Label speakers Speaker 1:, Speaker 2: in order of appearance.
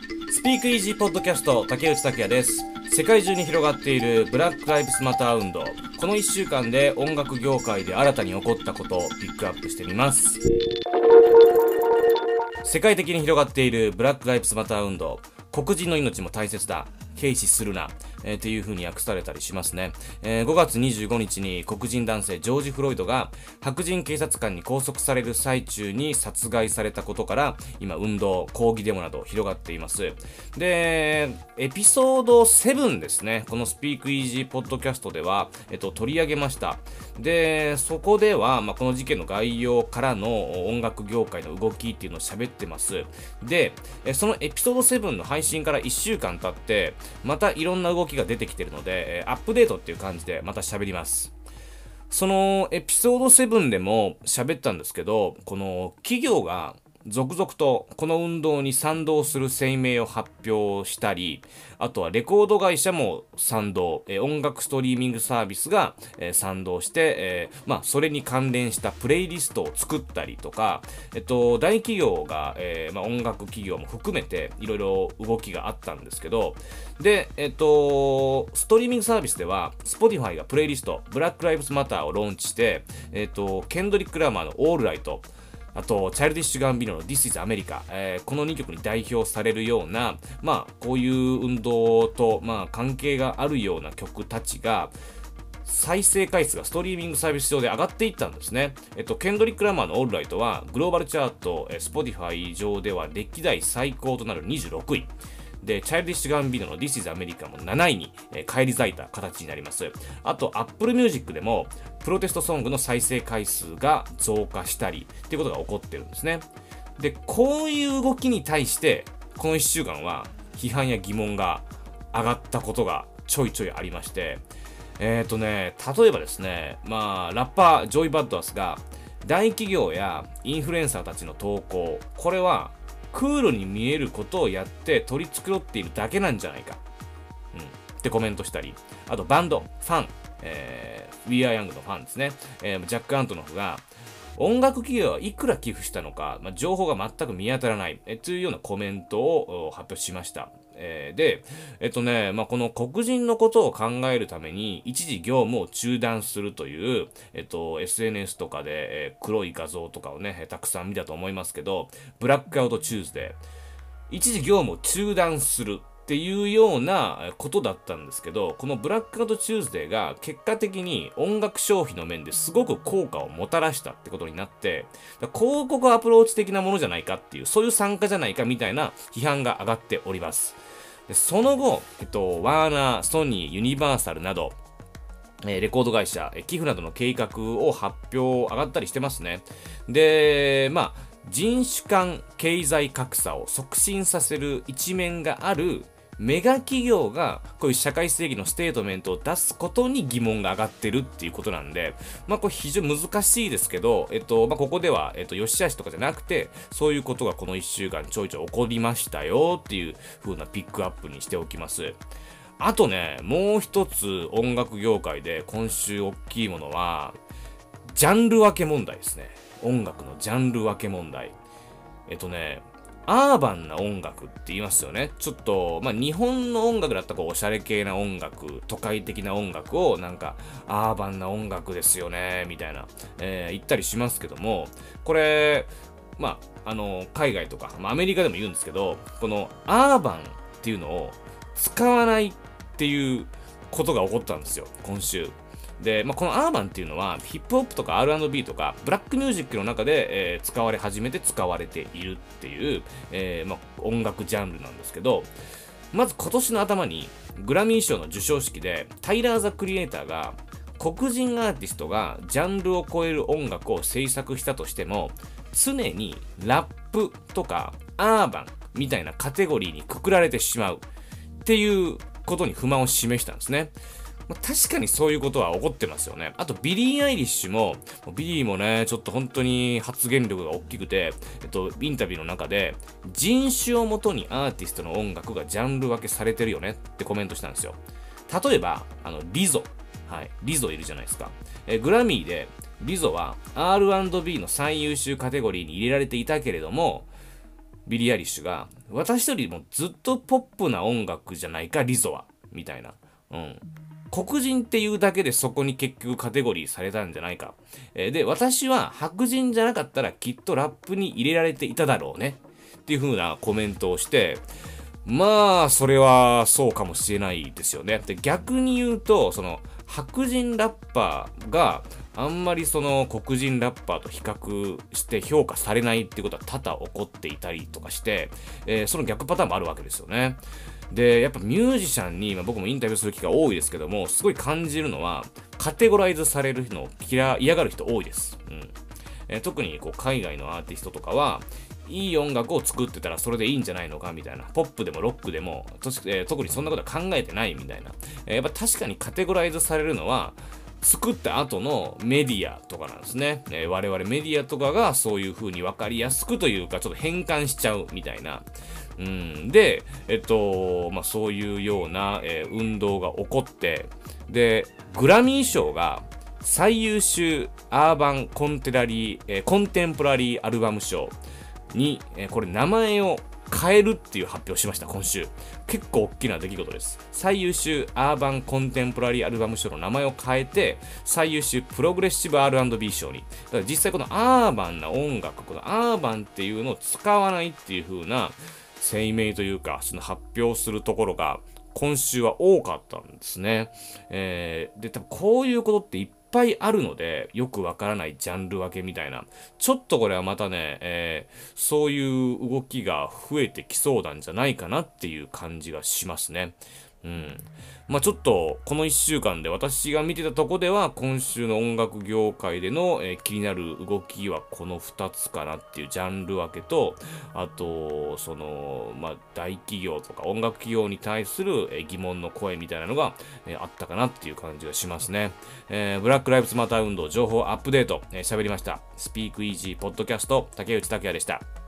Speaker 1: スピークイージーポッドキャスト竹内拓也です。世界中に広がっているブラックライブスマター運動。この1週間で音楽業界で新たに起こったことをピックアップしてみます。世界的に広がっているブラックライブスマター運動。黒人の命も大切だ。軽視するな。っていう風に訳されたりしますね。5月25日に黒人男性ジョージ・フロイドが白人警察官に拘束される最中に殺害されたことから今運動、抗議デモなど広がっています。で、エピソード7ですね。このスピークイージーポッドキャストでは、取り上げました。で、そこでは、この事件の概要からの音楽業界の動きっていうのを喋ってます。で、そのエピソード7の配信から1週間経って、またいろんな動きが出てきてるので、アップデートっていう感じでまた喋ります。そのエピソード7でも喋ったんですけど、この企業が続々とこの運動に賛同する声明を発表したり、あとはレコード会社も賛同、音楽ストリーミングサービスが、賛同して、それに関連したプレイリストを作ったりとか、大企業が、音楽企業も含めていろいろ動きがあったんですけど、で、ストリーミングサービスでは Spotify がプレイリスト、ブラックライブスマターをローンチして、ケンドリック・ラマーのオールライト、あと、チャイルディッシュ・ガンビノの This is America、この2曲に代表されるような、こういう運動と、関係があるような曲たちが、再生回数がストリーミングサービス上で上がっていったんですね。ケンドリック・ラマーのオールライトは、グローバルチャート、Spotify 上では歴代最高となる26位。で、チャイルディッシュ・ガンビノの This is America も7位に返り咲いた形になります。あと、Apple Music でも、プロテストソングの再生回数が増加したり、っていうことが起こってるんですね。で、こういう動きに対して、この1週間は批判や疑問が上がったことがちょいちょいありまして、例えばですね、ラッパー、ジョイ・バッドアスが、大企業やインフルエンサーたちの投稿、これは、クールに見えることをやって取り繕っているだけなんじゃないか、ってコメントしたり、あとバンド、ファン、We Are Young のファンですね、ジャック・アントノフが音楽企業はいくら寄付したのか、情報が全く見当たらない、というようなコメントを発表しました。で、この黒人のことを考えるために一時業務を中断するという、SNS とかで、黒い画像とかをね、たくさん見たと思いますけど、ブラックアウトチューズデー、一時業務を中断するっていうようなことだったんですけど、このブラックアウトチューズデーが結果的に音楽消費の面ですごく効果をもたらしたってことになって、広告アプローチ的なものじゃないかっていう、そういう参加じゃないかみたいな批判が上がっております。でその後、ワーナー、ソニー、ユニバーサルなど、レコード会社、寄付などの計画を発表上がったりしてますね。で、人種間経済格差を促進させる一面があるメガ企業がこういう社会正義のステートメントを出すことに疑問が上がってるっていうことなんで、これ非常に難しいですけど、ここでは、良し悪しとかじゃなくて、そういうことがこの1週間ちょいちょい起こりましたよっていう風なピックアップにしておきます。あとね、もう一つ音楽業界で今週大きいものは、ジャンル分け問題ですね。音楽のジャンル分け問題。アーバンな音楽って言いますよね。ちょっと、日本の音楽だったらこうおしゃれ系な音楽、都会的な音楽をなんか、アーバンな音楽ですよね、みたいな、言ったりしますけども、これ、海外とか、アメリカでも言うんですけど、このアーバンっていうのを使わないっていうことが起こったんですよ、今週。で、このアーバンっていうのは、ヒップホップとか R&B とか、ブラックミュージックの中で、使われ始めて使われているっていう、音楽ジャンルなんですけど、まず今年の頭に、グラミー賞の授賞式で、タイラー・ザ・クリエイターが、黒人アーティストがジャンルを超える音楽を制作したとしても、常にラップとかアーバンみたいなカテゴリーにくくられてしまうっていうことに不満を示したんですね。確かにそういうことは起こってますよね。あと、ビリー・アイリッシュも、ビリーもね、ちょっと本当に発言力が大きくて、インタビューの中で、人種をもとにアーティストの音楽がジャンル分けされてるよねってコメントしたんですよ。例えば、リゾ。はい。リゾいるじゃないですか。グラミーで、リゾは R&B の最優秀カテゴリーに入れられていたけれども、ビリー・アイリッシュが私よりもずっとポップな音楽じゃないか、リゾは。みたいな。うん。黒人っていうだけでそこに結局カテゴリーされたんじゃないか。で、私は白人じゃなかったらきっとラップに入れられていただろうね。っていう風なコメントをして、まあ、それはそうかもしれないですよね。で、逆に言うと、その、白人ラッパーがあんまりその黒人ラッパーと比較して評価されないってことは多々起こっていたりとかして、その逆パターンもあるわけですよね。で、やっぱミュージシャンに、僕もインタビューする機会多いですけども、すごい感じるのは、カテゴライズされるのを嫌がる人多いです。特にこう海外のアーティストとかは、いい音楽を作ってたらそれでいいんじゃないのかみたいな。ポップでもロックでも、特にそんなことは考えてないみたいな。やっぱ確かにカテゴライズされるのは、作った後のメディアとかなんですね。我々メディアとかがそういう風に分かりやすくというか、ちょっと変換しちゃうみたいな。で、そういうような、運動が起こって、で、グラミー賞が最優秀アーバンコンテンポラリーアルバム賞に、これ名前を変えるっていう発表をしました、今週。結構大きな出来事です。最優秀アーバンコンテンポラリーアルバム賞の名前を変えて、最優秀プログレッシブ R&B 賞に。だから実際このアーバンな音楽、このアーバンっていうのを使わないっていう風な声明というか、その発表するところが今週は多かったんですね。で、多分こういうことっていっぱいあるので、よくわからないジャンル分けみたいな。ちょっとこれはまたね、そういう動きが増えてきそうなんじゃないかなっていう感じがしますね。ちょっと、この1週間で私が見てたとこでは、今週の音楽業界での、気になる動きはこの2つかなっていうジャンル分けと、あと、大企業とか音楽企業に対する、疑問の声みたいなのが、あったかなっていう感じがしますね。ブラックライブズマター運動情報アップデート、喋りました。スピークイージーポッドキャスト、竹内拓也でした。